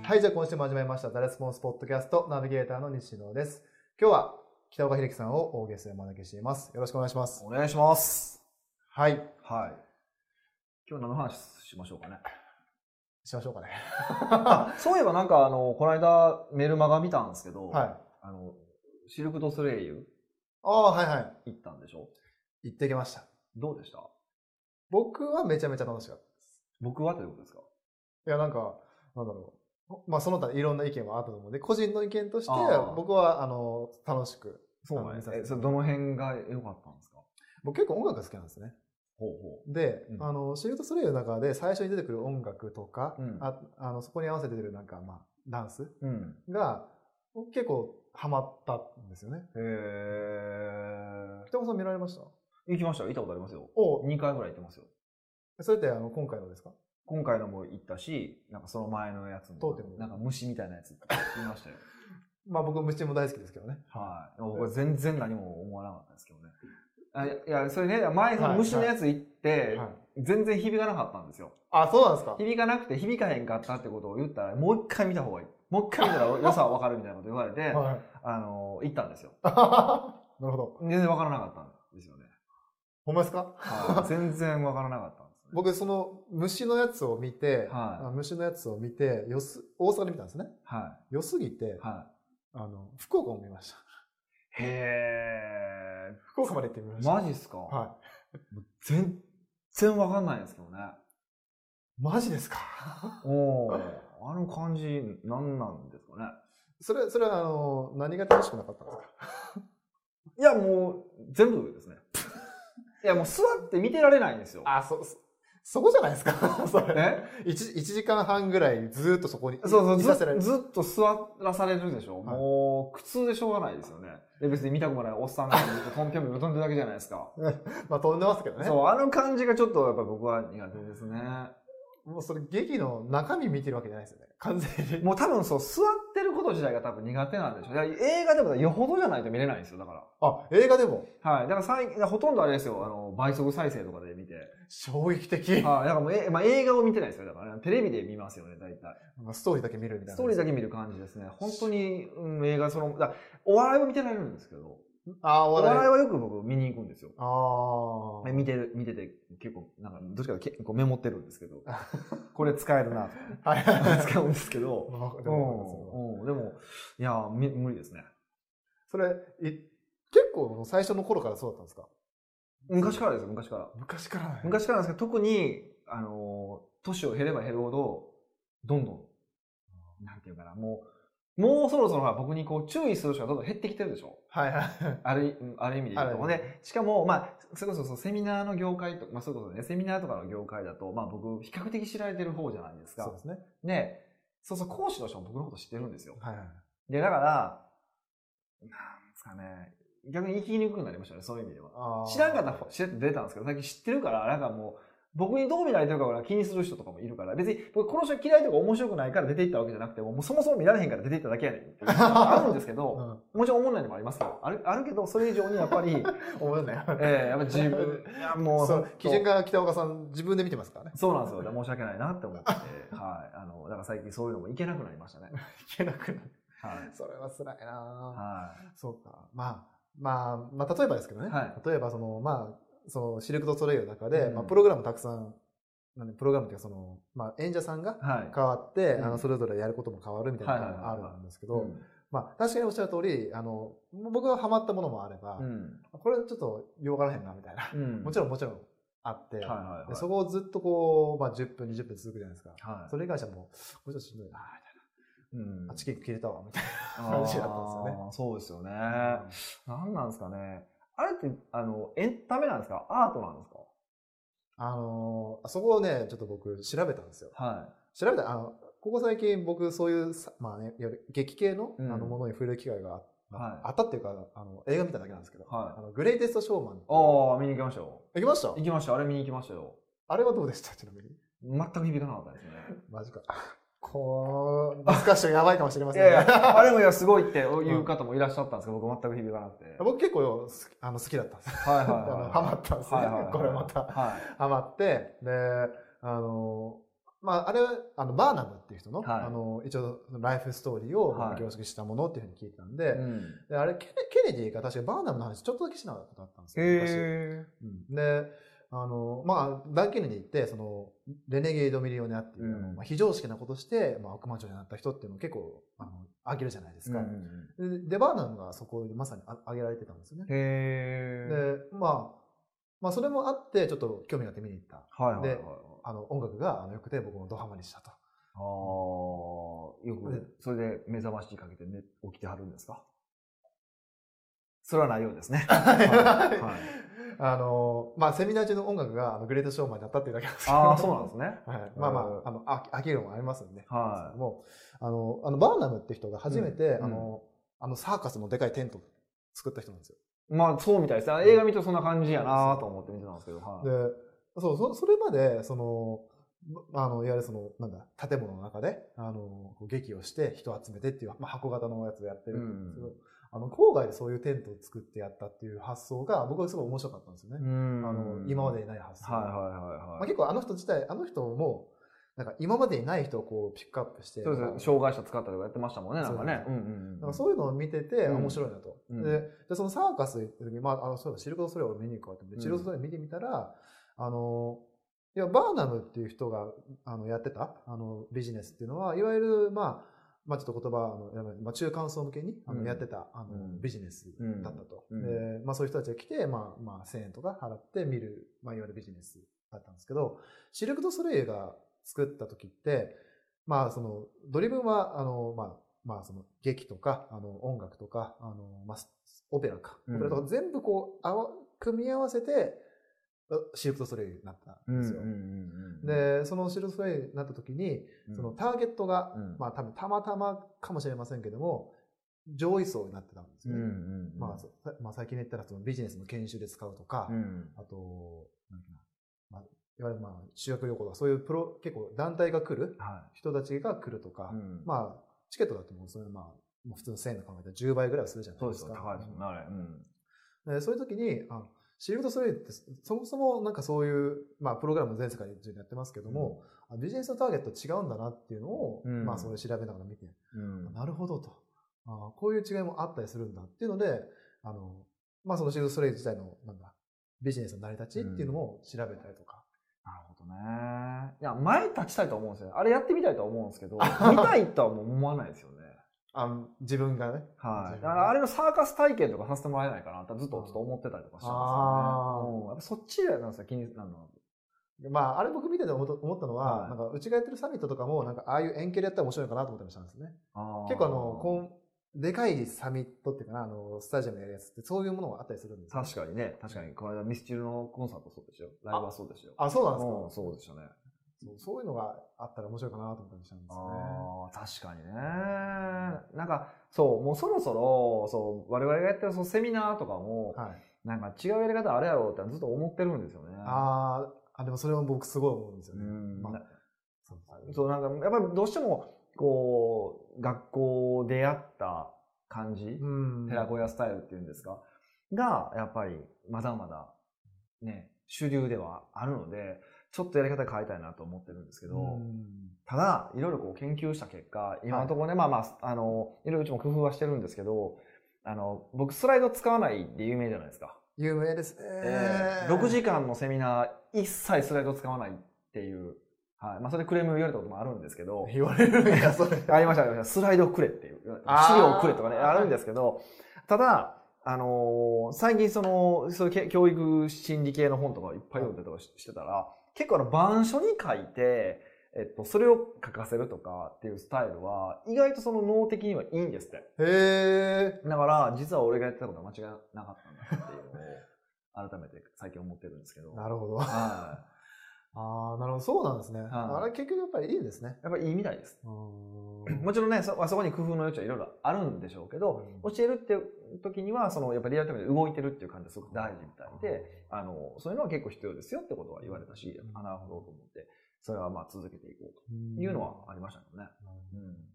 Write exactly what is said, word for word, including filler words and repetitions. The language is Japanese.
はい、じゃあ今週も始まりましたザレスポンスポッドキャストナビゲーターの西野です。今日は北岡秀樹さんをゲストでお招きしています。よろしくお願いします。 お願いします。 はい。 はい。今日何の話しましょうかね。 しましょうかね。 そういえばなんかあの、この間メルマガ見たんですけど、 はい。 あの、シルク・ドゥ・ソレイユ。 ああ、はいはい。 行ったんでしょ？ 行ってきました。 どうでした？ 僕はめちゃめちゃ楽しかったです。 僕はということですか？ いや、なんか、なんだろう。まあ、その他いろんな意見はあったと思うんで、個人の意見として、僕は、あの、楽しく。 そうなんですね。それどの辺が良かったんですか？ 僕結構音楽が好きなんですね。 ほうほう。 で、うん、あの、シルク・ドゥ・ソレイユの中で最初に出てくる音楽とか、うん、ああのそこに合わせて出てるなんか、まあ、ダンスが、うん、結構ハマったんですよね。へー。北岡さん見られました？ 行きました。行ったことありますよ。おにかいぐらい行ってますよ。 それってあの今回のですか？ 今回のも行ったし、なんかその前のやつも、なんか虫みたいなやつ行きましたよ。 まあ僕虫も大好きですけどね。 はい。僕は全然何も思わなかったんですけどね。あいや、それね、前その虫のやつ行って、全然響かなかったんですよ。 あ、そうなんですか？ 響かなくて響かへんかったってことを言ったら、もう一回見た方がいい。もう一回見たら良さはわかるみたいなこと言われて、はい、あの、行ったんですよ。 なるほど。 全然わからなかったんですよね。 ほんまですか？ はい。全然わからなかったんですね。 僕、その虫のやつを見て、はい、虫のやつを見て、よす、大阪で見たんですね。はい。良すぎて、はい。あの、福岡も見ました。 へー。 福岡まで行ってみました。 マジっすか？ はい。 全然わかんないんですけどね。 マジですか？ おー。あの感じ、何なんですかね。 それ、それはあの、何が楽しくなかったんですか？ いや、もう、全部ですね。いや、もう座って見てられないんですよ。 あ、そ、そ、そこじゃないですか？それ。え 1, 1時間半ぐらいずっとそこに。 そうそう、ず, ずっと座らされるでしょ、はい、もう、苦痛でしょうがないですよね。で、別に見たくもないおっさんがずっと飛んでるだけじゃないですか。 まあ飛んでますけどね。 そう、あの感じがちょっとやっぱり僕は苦手ですね。 もうそれ劇の中身見てるわけじゃないですよね。完全に。 もう多分そう、座ってること自体が多分苦手なんでしょう。映画でもよほどじゃないと見れないんですよ、だから。 あ、映画でも？ はい。だから最近、ほとんどあれですよ、あの、倍速再生とかで見て。 衝撃的。 はい。だからもう、え、まあ、映画を見てないですよ。だから、ね、テレビで見ますよね、大体。 ストーリーだけ見るみたいな。 ストーリーだけ見る感じですね。本当に、うん、映画、その、だお笑いは見てられるんですけど。あお笑い。お笑いはよく僕見に行くんですよ。ああ。見てる、見てて結構、なんか、どっちかと結構メモってるんですけど。これ使えるなとか、ね。はい。使うんですけど。でも、でも、いや、無理ですね。 それ、い結構最初の頃からそうだったんですか？ 昔からですよ、昔から。 昔から、ね、 昔からなんですけど、特に、あの、年を減れば減るほど、どんどん、なんていうかな、もう、もうそろそろ僕にこう注意する人がどんどん減ってきてるでしょ。はいはい。ある、ある意味で言うと。で、しかも、まあ、それこそセミナーの業界とか、まあ、それこそね、セミナーとかの業界だと、まあ僕、比較的知られてる方じゃないですか。 そうですね。 で、そうそう、講師の人も僕のこと知ってるんですよ。 はいはい。 で、だから、なんですかね、逆に生きにくくなりましたね、そういう意味では。知らんかったら知って出たんですけど、最近知ってるから、なんかもう、僕にどう見られてるか気にする人とかもいるから、別に僕この人嫌いとか面白くないから出ていったわけじゃなくて、もうそもそも見られへんから出ていっただけやねんっていうあるんですけど、うん、もちろん思わないのもありますよ。ある、あるけど、それ以上にやっぱり、 思わない。 ええー、やっぱ自分、いやもう、 そう、基準が北岡さん自分で見てますからね。 そうなんですよ。申し訳ないなって思って、はい。あの、だから最近そういうのもいけなくなりましたね。 いけなくなる。はい。それは辛いなはい。そうか。まあ、まあ、まあ、例えばですけどね。はい、例えば、その、まあ、そのシルク・ドゥ・ソレイユの中で、うん、まあ、プログラムたくさん、なんでプログラムっていうかその、まあ、演者さんが変わって、はい、あのそれぞれやることも変わるみたいなのがあるんですけど、まあ、確かにおっしゃる通り、あの、僕がハマったものもあれば、うん、これちょっとよがらへんなみたいな、うん、もちろんもちろんあって、はいはいはい、でそこをずっとこう、まあ、じゅっぷん、にじゅっぷん続くじゃないですか。はい、それ以外じゃもう、これちょっとしんどいな、みたいな。うん、あっち切れたわ、みたいな感じだったんですよね。 そうですよね。うん、何なんですかね。あれって、あの、エンタメなんですか？アートなんですか？ あのー、そこをね、ちょっと僕調べたんですよ。はい。調べた、あの、ここ最近僕そういう、まあね、劇系の、うん、あのものに触れる機会が あ,、はい、あったっていうか、あの、映画見ただけなんですけど、はい、あのグレイテストショーマン。 ああ、見に行きましたよ。 行きました？ 行きました。あれ見に行きましたよ。 あれはどうでした？ちなみに。 全く響かなかったですね。 マジか。こう、ディスカッションやばいかもしれませんね。 いやいや、あれもいや、すごいっていう方もいらっしゃったんですけど、僕全く響かなくて。 僕結構あの好きだったんです。はいはいはい。ハマったんですね。これまた。はい、ハマって、で、あの、 まあ、あれは、あの、バーナムっていう人の、はい、あの、一応、ライフストーリーを凝縮したものっていうふうに聞いてたんで、はい、うん、であれケネ、ケネディが確かバーナムの話ちょっとだけしなかったことあったんですよ、昔。うん、で、あの、まあ、ダン・ケネディって、その、レネゲード・ミリオネアっていう、うん、まあ、非常識なことして、まあ、億万長者になった人っていうのを結構、あの、挙げるじゃないですか。うんうん、で、でバーナムがそこでまさに挙げられてたんですよね。へで、まあ、まあ、それもあって、ちょっと興味があって見に行った。はいはいはい、で、あの、音楽が良くて僕もドハマりしたと。ああ、よく、それで目覚ましかけて、ね、起きてはるんですか？それはないようですね。はいはい、 あの、まあ、セミナー中の音楽があのグレートショーマンだったっていうだけなんですけど。 ああ、そうなんですね。 はい。まあまあ、あの、あ飽きるのもありますんで。はい。もう、あの、あの、バーナムって人が初めて、うん、あの、あの、サーカスのでかいテント作った人なんですよ。 まあ、そうみたいです。映画見るとそんな感じやなと思って見てたんですけど。はい、 で、そう、そ、それまで、その、あの、いわゆるその、なんだ、建物の中で、あの、劇をして人を集めてっていう、まあ、箱型のやつでやってるんですけど、うん、あの、郊外でそういうテントを作ってやったっていう発想が、僕はすごい面白かったんですよね。あの、今までにない発想。はいはいはいはい。まあ、結構あの人自体、あの人も、なんか今までにない人をこうピックアップして。 そうですね。障害者使ったとかやってましたもんね、なんかね。 そういうのを見てて面白いなと。うん、で、で、そのサーカス行った時に、まあ、あの、そういえばシルク・ドゥ・ソレイユを見に行こうと思って、シルク・ドゥ・ソレイユ見てみたら、あの、いや、バーナムっていう人が、あの、やってた、あの、ビジネスっていうのは、いわゆる、まあ、まあ、ちょっと言葉、あの、まあ、中間層向けに、あの、やってた、あの、ビジネスだったと。で、まあ、そういう人たちが来て、まあ、まあ、せんえんとか払って見る、まあ、いわゆるビジネスだったんですけど、シルク・ドゥ・ソレイユが作った時って、まあ、その、ドリブンは、あの、まあ、まあ、その、劇とか、あの、音楽とか、あの、まあ、オペラか。オペラとか全部こう、あわ、組み合わせて、シルク・ドゥ・ソレイユになったんですよ。で、そのシルク・ドゥ・ソレイユになった時に、そのターゲットが、うん、まあ多分たまたまかもしれませんけども、上位層になってたんですよね。うんうんうん、まあ、まあ最近で言ったらそのビジネスの研修で使うとか、うん、あと、なんかな、まあ、いわゆるまあ修学旅行とかそういうプロ、結構団体が来る、人たちが来るとか、はい、まあチケットだともうそれまあ、もう普通のせんえんの考えたらじゅうばいぐらいはするじゃないですか。 そうですよ、高いですもんね、あれ。 うん、でそういう時に、あシルク・ドゥ・ソレイユってそもそもなんかそういう、まあプログラム全世界中でやってますけども、うん、ビジネスのターゲット違うんだなっていうのを、うん、まあそれ調べながら見て、うん、なるほどとあ。こういう違いもあったりするんだっていうので、あの、まあそのシルク・ドゥ・ソレイユ自体のなんだ、ビジネスの成り立ちっていうのも調べたりとか。 うん、なるほどね。いや、前立ちたいと思うんですよね。あれやってみたいと思うんですけど、見たいとはもう思わないですよね。 あ自分がね。 はい。だからあれのサーカス体験とかさせてもらえないかなってずっとちょっと思ってたりとかしたんですよね。あうん、やっぱそっちなんですよ、気になるのは。 まあ、あれ僕見てて思ったのは、はい、なんかうちがやってるサミットとかも、なんかああいう遠距離やったら面白いかなと思ったりしたんですね。結構あの、こんでかいサミットっていうかな、あの、スタジアムでやるやつってそういうものがあったりするんですよ、ね。確かにね。確かに。この間ミスチルのコンサートそうですよ。ライブはそうですよ。 あ、そうなんですか、 うん、そうでしたね。 そうそういうのがあったら面白いかなと思ったりしたんですね。 ああ、確かにね。なんか、そう、もうそろそろ、そう、我々がやってるそのセミナーとかも、はい、なんか違うやり方あるやろうってずっと思ってるんですよね。 ああ、でもそれも僕すごい思うんですよね。うんまあ、 そう、そう、なんか、やっぱりどうしても、こう、学校でやった感じ、うん寺子屋スタイルっていうんですか、が、やっぱりまだまだ、ね、主流ではあるので、ちょっとやり方変えたいなと思ってるんですけど、ただ、いろいろこう研究した結果、今のところね、はい、まあまあ、あの、いろいろうちも工夫はしてるんですけど、あの、僕スライド使わないで有名じゃないですか。 有名ですね。 えー、ろくじかんのセミナー、一切スライド使わないっていう、はい。まあ、それでクレーム言われたこともあるんですけど。 言われるんや、それ。 ありました、ありました。スライドくれっていう。資料くれとかね、あるんですけど、ただ、あのー、最近その、そういう教育心理系の本とかいっぱい読んでとかしてたら、結構あの、板書に書いて、えっと、それを書かせるとかっていうスタイルは、意外とその脳的にはいいんですって。 へー。 だから、実は俺がやってたことは間違いなかったんだっていうのを、改めて最近思ってるんですけど。 なるほど。はい。ああ、なるほど。そうなんですね。あれ結局やっぱりいいですね。 やっぱりいいみたいです。もちろんね、そ、そこに工夫の余地はいろいろあるんでしょうけど、うん、教えるっていう時には、その、やっぱりリアルタイムで動いてるっていう感じがすごく大事みたいで、あの、そういうのは結構必要ですよってことは言われたし、あ、なるほどと思って、それはまあ続けていこうというのはありましたけどね。うん